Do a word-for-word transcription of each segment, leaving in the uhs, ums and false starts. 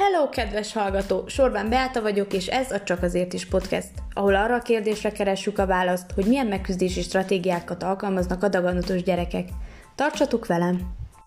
Hello, kedves hallgató! Sorban Beáta vagyok, és ez a Csak azért is podcast, ahol arra a kérdésre keressük a választ, hogy milyen megküzdési stratégiákat alkalmaznak a daganatos gyerekek. Tartsatok velem!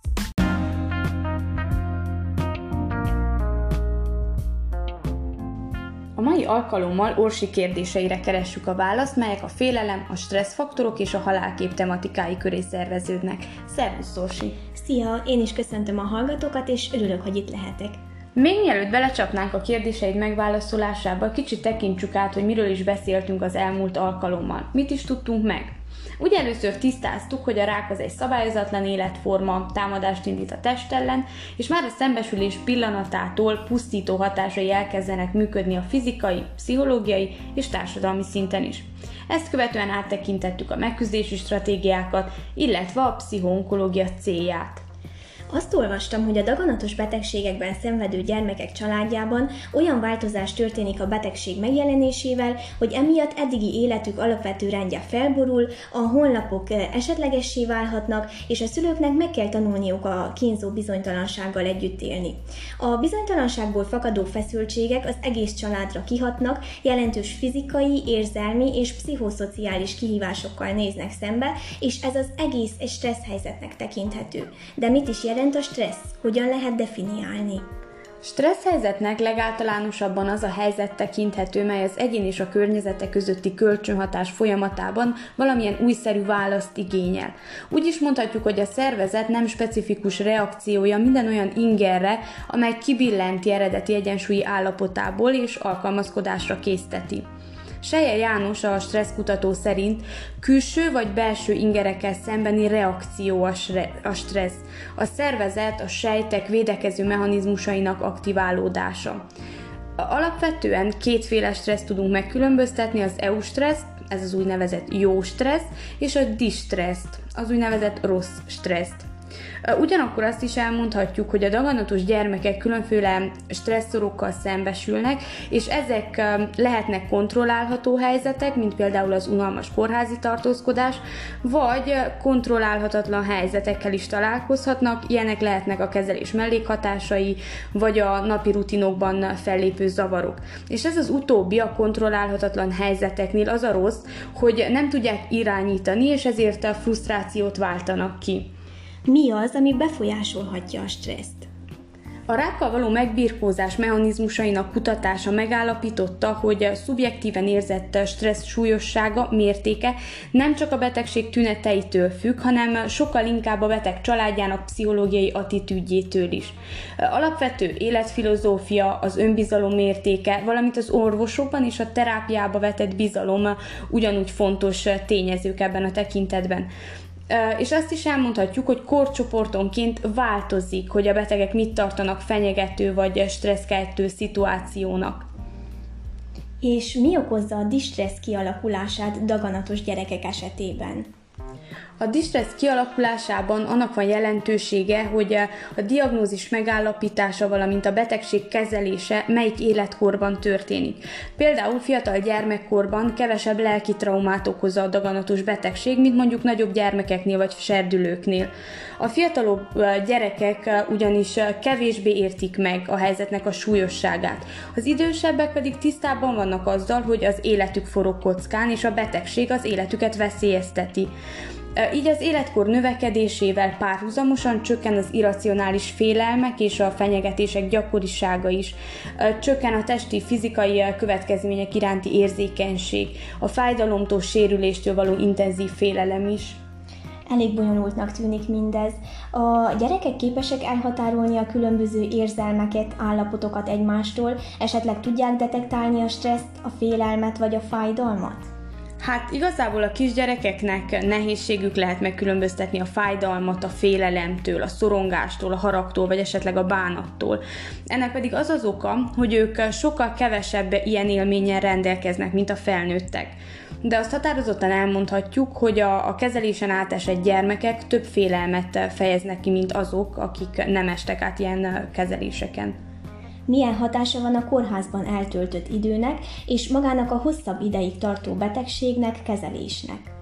A mai alkalommal Orsi kérdéseire keressük a választ, melyek a félelem, a stresszfaktorok és a halálkép tematikái köré szerveződnek. Szervusz, Orsi! Szia! Én is köszöntöm a hallgatókat, és örülök, hogy itt lehetek. Még mielőtt belecsapnánk a kérdéseid megválaszolásába, kicsit tekintsük át, hogy miről is beszéltünk az elmúlt alkalommal. Mit is tudtunk meg? Ugye először tisztáztuk, hogy a rák az egy szabályozatlan életforma, támadást indít a test ellen, és már a szembesülés pillanatától pusztító hatásai elkezdenek működni a fizikai, pszichológiai és társadalmi szinten is. Ezt követően áttekintettük a megküzdési stratégiákat, illetve a pszichoonkológia célját. Azt olvastam, hogy a daganatos betegségekben szenvedő gyermekek családjában olyan változás történik a betegség megjelenésével, hogy emiatt eddigi életük alapvető rendje felborul, a honlapok esetlegessé válhatnak, és a szülőknek meg kell tanulniuk a kínzó bizonytalansággal együtt élni. A bizonytalanságból fakadó feszültségek az egész családra kihatnak, jelentős fizikai, érzelmi és pszichoszociális kihívásokkal néznek szembe, és ez az egész egy stressz helyzetnek tekinthető. De mit is jelent a stressz? Hogyan lehet definiálni? Stressz helyzetnek legáltalánosabban az a helyzet tekinthető, mely az egyén és a környezete közötti kölcsönhatás folyamatában valamilyen újszerű választ igényel. Úgy is mondhatjuk, hogy a szervezet nem specifikus reakciója minden olyan ingerre, amely kibillenti eredeti egyensúlyi állapotából és alkalmazkodásra készteti. Selye János, a stresszkutató szerint külső vagy belső ingerekkel szembeni reakció a, sre- a stressz, a szervezet, a sejtek védekező mechanizmusainak aktiválódása. Alapvetően kétféle stresszt tudunk megkülönböztetni, az eustresszt, ez az úgynevezett jó stressz, és a distresszt, az úgynevezett rossz stresszt. Ugyanakkor azt is elmondhatjuk, hogy a daganatos gyermekek különféle stresszorokkal szembesülnek, és ezek lehetnek kontrollálható helyzetek, mint például az unalmas kórházi tartózkodás, vagy kontrollálhatatlan helyzetekkel is találkozhatnak, ilyenek lehetnek a kezelés mellékhatásai, vagy a napi rutinokban fellépő zavarok. És ez az utóbbi a kontrollálhatatlan helyzeteknél az a rossz, hogy nem tudják irányítani, és ezért a frusztrációt váltanak ki. Mi az, ami befolyásolhatja a stresszt? A rákkal való megbirkózás mechanizmusainak kutatása megállapította, hogy a szubjektíven érzett stressz súlyossága, mértéke nem csak a betegség tüneteitől függ, hanem sokkal inkább a beteg családjának pszichológiai attitűdjétől is. Alapvető életfilozófia, az önbizalom mértéke, valamint az orvosokban és a terápiába vetett bizalom ugyanúgy fontos tényezők ebben a tekintetben. És azt is elmondhatjuk, hogy korcsoportonként változik, hogy a betegek mit tartanak fenyegető vagy stresszkeltő szituációnak. És mi okozza a distressz kialakulását daganatos gyerekek esetében? A distressz kialakulásában annak van jelentősége, hogy a diagnózis megállapítása, valamint a betegség kezelése melyik életkorban történik. Például fiatal gyermekkorban kevesebb lelki traumát okoz a daganatos betegség, mint mondjuk nagyobb gyermekeknél vagy serdülőknél. A fiatalabb gyerekek ugyanis kevésbé értik meg a helyzetnek a súlyosságát. Az idősebbek pedig tisztában vannak azzal, hogy az életük forog kockán, és a betegség az életüket veszélyezteti. Így az életkor növekedésével párhuzamosan csökken az irracionális félelmek és a fenyegetések gyakorisága is. Csökken a testi, fizikai következmények iránti érzékenység, a fájdalomtól, sérüléstől való intenzív félelem is. Elég bonyolultnak tűnik mindez. A gyerekek képesek elhatárolni a különböző érzelmeket, állapotokat egymástól, esetleg tudják detektálni a stresszt, a félelmet vagy a fájdalmat? Hát igazából a kisgyerekeknek nehézségük lehet megkülönböztetni a fájdalmat a félelemtől, a szorongástól, a haragtól, vagy esetleg a bánattól. Ennek pedig az az oka, hogy ők sokkal kevesebb ilyen élménnyel rendelkeznek, mint a felnőttek. De azt határozottan elmondhatjuk, hogy a, a kezelésen átesett gyermekek több félelmet fejeznek ki, mint azok, akik nem estek át ilyen kezeléseken. Milyen hatása van a kórházban eltöltött időnek és magának a hosszabb ideig tartó betegségnek, kezelésnek?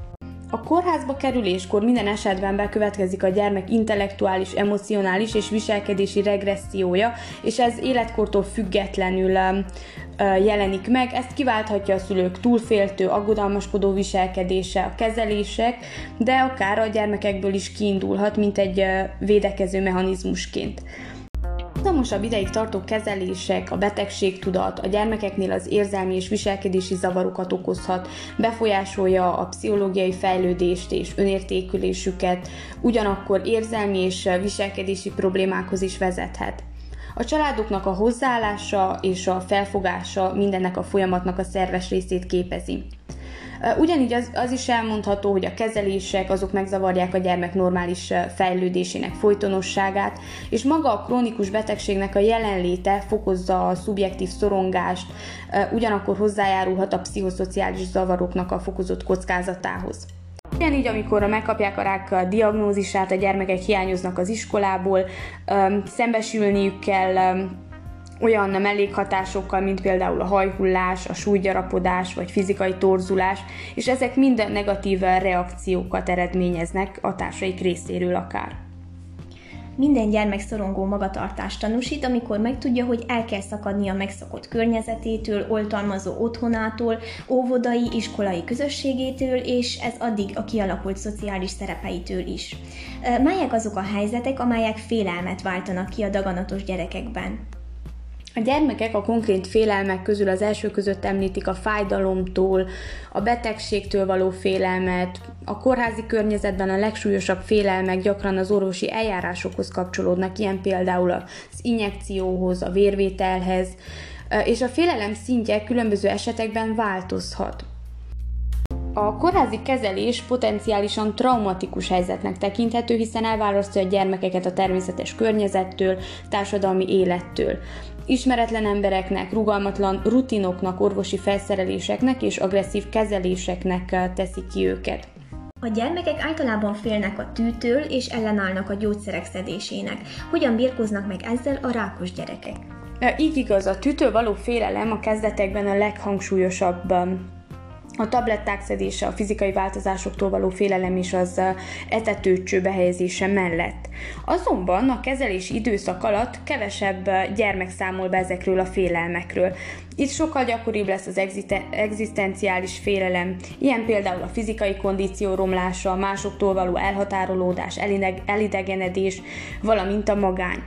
A kórházba kerüléskor minden esetben bekövetkezik a gyermek intellektuális, emocionális és viselkedési regressziója, és ez életkortól függetlenül jelenik meg. Ezt kiválthatja a szülők túlféltő, aggodalmaskodó viselkedése, a kezelések, de akár a gyermekekből is kiindulhat, mint egy védekező mechanizmusként. Hosszamosabb ideig tartó kezelések, a betegségtudat a gyermekeknél az érzelmi és viselkedési zavarokat okozhat, befolyásolja a pszichológiai fejlődést és önértékelésüket, ugyanakkor érzelmi és viselkedési problémákhoz is vezethet. A családoknak a hozzáállása és a felfogása mindennek a folyamatnak a szerves részét képezi. Ugyanígy az, az is elmondható, hogy a kezelések azok megzavarják a gyermek normális fejlődésének folytonosságát, és maga a krónikus betegségnek a jelenléte fokozza a szubjektív szorongást, ugyanakkor hozzájárulhat a pszichoszociális zavaroknak a fokozott kockázatához. Ugyanígy, amikor megkapják a rák diagnózisát, a gyermekek hiányoznak az iskolából, szembesülniük kell olyan mellékhatásokkal, mint például a hajhullás, a súlygyarapodás vagy fizikai torzulás, és ezek mind negatív reakciókat eredményeznek a társaik részéről akár. Minden gyermek szorongó magatartást tanúsít, amikor megtudja, hogy el kell szakadni a megszokott környezetétől, oltalmazó otthonától, óvodai, iskolai közösségétől, és ez addig a kialakult szociális szerepeitől is. Melyek azok a helyzetek, amelyek félelmet váltanak ki a daganatos gyerekekben? A gyermekek a konkrét félelmek közül az első között említik a fájdalomtól, a betegségtől való félelmet, a kórházi környezetben a legsúlyosabb félelmek gyakran az orvosi eljárásokhoz kapcsolódnak, ilyen például az injekcióhoz, a vérvételhez, és a félelem szintje különböző esetekben változhat. A kórházi kezelés potenciálisan traumatikus helyzetnek tekinthető, hiszen elválasztja a gyermekeket a természetes környezettől, társadalmi élettől. Ismeretlen embereknek, rugalmatlan rutinoknak, orvosi felszereléseknek és agresszív kezeléseknek teszi ki őket. A gyermekek általában félnek a tűtől és ellenállnak a gyógyszerek szedésének. Hogyan birkóznak meg ezzel a rákos gyerekek? Így igaz, a tűtől való félelem a kezdetekben a leghangsúlyosabb. A tabletták szedése, a fizikai változásoktól való félelem is az etetőcsőbe helyezése mellett. Azonban a kezelési időszak alatt kevesebb gyermek számol be ezekről a félelmekről. Itt sokkal gyakoribb lesz az egzisztenciális félelem, ilyen például a fizikai kondíció romlása, másoktól való elhatárolódás, elidegenedés, valamint a magány.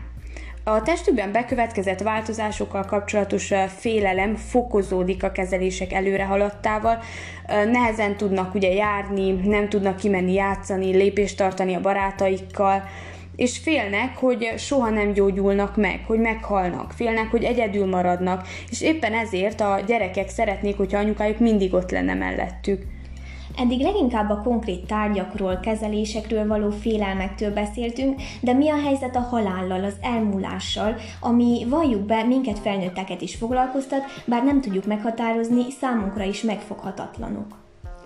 A testükben bekövetkezett változásokkal kapcsolatos félelem fokozódik a kezelések előrehaladtával, nehezen tudnak ugye járni, nem tudnak kimenni játszani, lépést tartani a barátaikkal, és félnek, hogy soha nem gyógyulnak meg, hogy meghalnak, félnek, hogy egyedül maradnak, és éppen ezért a gyerekek szeretnék, hogyha anyukájuk mindig ott lenne mellettük. Eddig leginkább a konkrét tárgyakról, kezelésekről való félelmektől beszéltünk, de mi a helyzet a halállal, az elmúlással, ami valljuk be minket felnőtteket is foglalkoztat, bár nem tudjuk meghatározni, számunkra is megfoghatatlanok.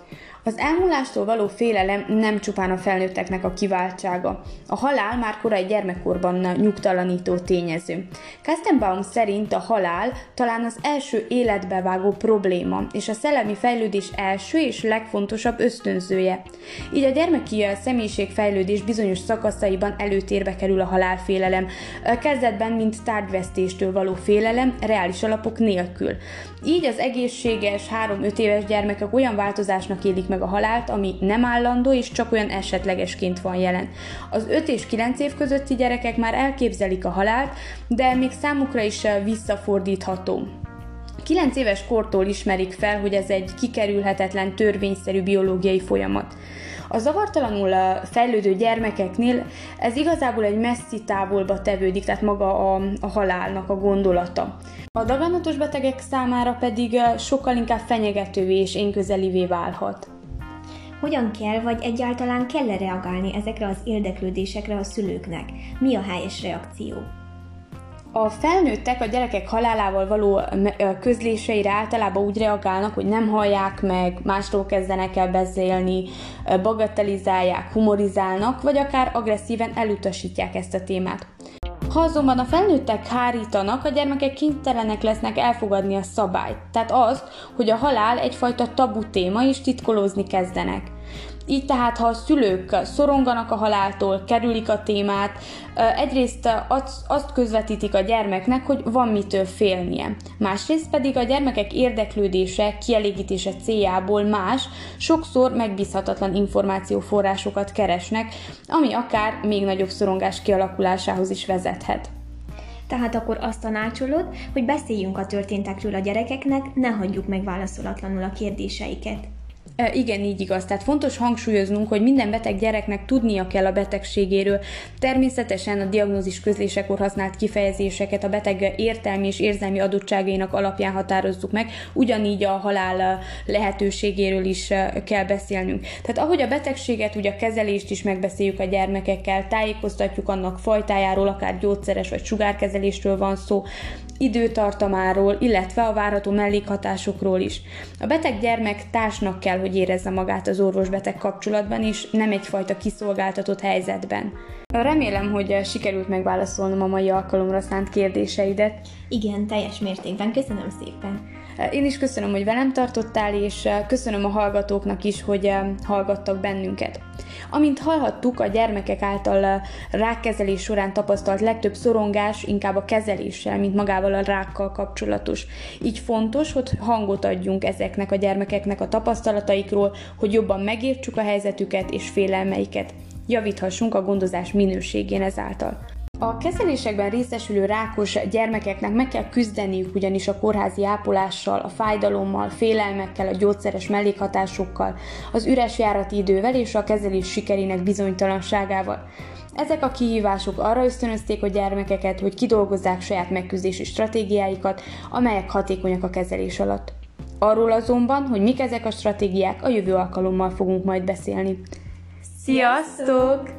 Az elmúlástól való félelem nem csupán a felnőtteknek a kiváltsága. A halál már korai gyermekkorban nyugtalanító tényező. Kestenbaum szerint a halál talán az első életbevágó probléma, és a szellemi fejlődés első és legfontosabb ösztönzője. Így a gyermeki személyiségfejlődés bizonyos szakaszaiban előtérbe kerül a halálfélelem, kezdetben mint tárgyvesztéstől való félelem, reális alapok nélkül. Így az egészséges három-öt éves gyermekek olyan változásnak élik meg a halált, ami nem állandó és csak olyan esetlegesként van jelen. Az öt és kilenc év közötti gyerekek már elképzelik a halált, de még számukra is visszafordítható. kilenc éves kortól ismerik fel, hogy ez egy kikerülhetetlen, törvényszerű biológiai folyamat. A zavartalanul fejlődő gyermekeknél ez igazából egy messzi távolba tevődik, tehát maga a, a halálnak a gondolata. A daganatos betegek számára pedig sokkal inkább fenyegetővé és énközelivé válhat. Hogyan kell, vagy egyáltalán kell-e reagálni ezekre az érdeklődésekre a szülőknek? Mi a helyes reakció? A felnőttek a gyerekek halálával való közléseire általában úgy reagálnak, hogy nem hallják meg, másról kezdenek el beszélni, bagatelizálják, humorizálnak, vagy akár agresszíven elutasítják ezt a témát. Ha azonban a felnőttek hárítanak, a gyermekek kénytelenek lesznek elfogadni a szabályt, tehát azt, hogy a halál egyfajta tabu téma és titkolózni kezdenek. Így tehát, ha a szülők szoronganak a haláltól, kerülik a témát, egyrészt azt közvetítik a gyermeknek, hogy van mitől félnie. Másrészt pedig a gyermekek érdeklődése, kielégítése céljából más, sokszor megbízhatatlan információforrásokat keresnek, ami akár még nagyobb szorongás kialakulásához is vezethet. Tehát akkor azt tanácsolod, hogy beszéljünk a történtekről a gyerekeknek, ne hagyjuk meg válaszolatlanul a kérdéseiket. Igen, így igaz. Tehát fontos hangsúlyoznunk, hogy minden beteg gyereknek tudnia kell a betegségéről. Természetesen a diagnózis közlésekor használt kifejezéseket a beteg értelmi és érzelmi adottságainak alapján határozzuk meg, ugyanígy a halál lehetőségéről is kell beszélnünk. Tehát ahogy a betegséget, úgy a kezelést is megbeszéljük a gyermekekkel, tájékoztatjuk annak fajtájáról, akár gyógyszeres vagy sugárkezelésről van szó, időtartamáról, illetve a várható mellékhatásokról is. A beteg gyermek társnak kell, hogy érezze magát az orvos-beteg kapcsolatban, és nem egyfajta kiszolgáltatott helyzetben. Remélem, hogy sikerült megválaszolnom a mai alkalomra szánt kérdéseidet. Igen, teljes mértékben. Köszönöm szépen. Én is köszönöm, hogy velem tartottál, és köszönöm a hallgatóknak is, hogy hallgattak bennünket. Amint hallhattuk, a gyermekek által rákkezelés során tapasztalt legtöbb szorongás inkább a kezeléssel, mint magával a rákkal kapcsolatos. Így fontos, hogy hangot adjunk ezeknek a gyermekeknek a tapasztalataikról, hogy jobban megértsük a helyzetüket és félelmeiket. Javíthassunk a gondozás minőségén ezáltal. A kezelésekben részesülő rákos gyermekeknek meg kell küzdeniük ugyanis a kórházi ápolással, a fájdalommal, félelmekkel, a gyógyszeres mellékhatásokkal, az üres járati idővel és a kezelés sikerének bizonytalanságával. Ezek a kihívások arra ösztönözték a gyermekeket, hogy kidolgozzák saját megküzdési stratégiáikat, amelyek hatékonyak a kezelés alatt. Arról azonban, hogy mik ezek a stratégiák, a jövő alkalommal fogunk majd beszélni. Sziasztok!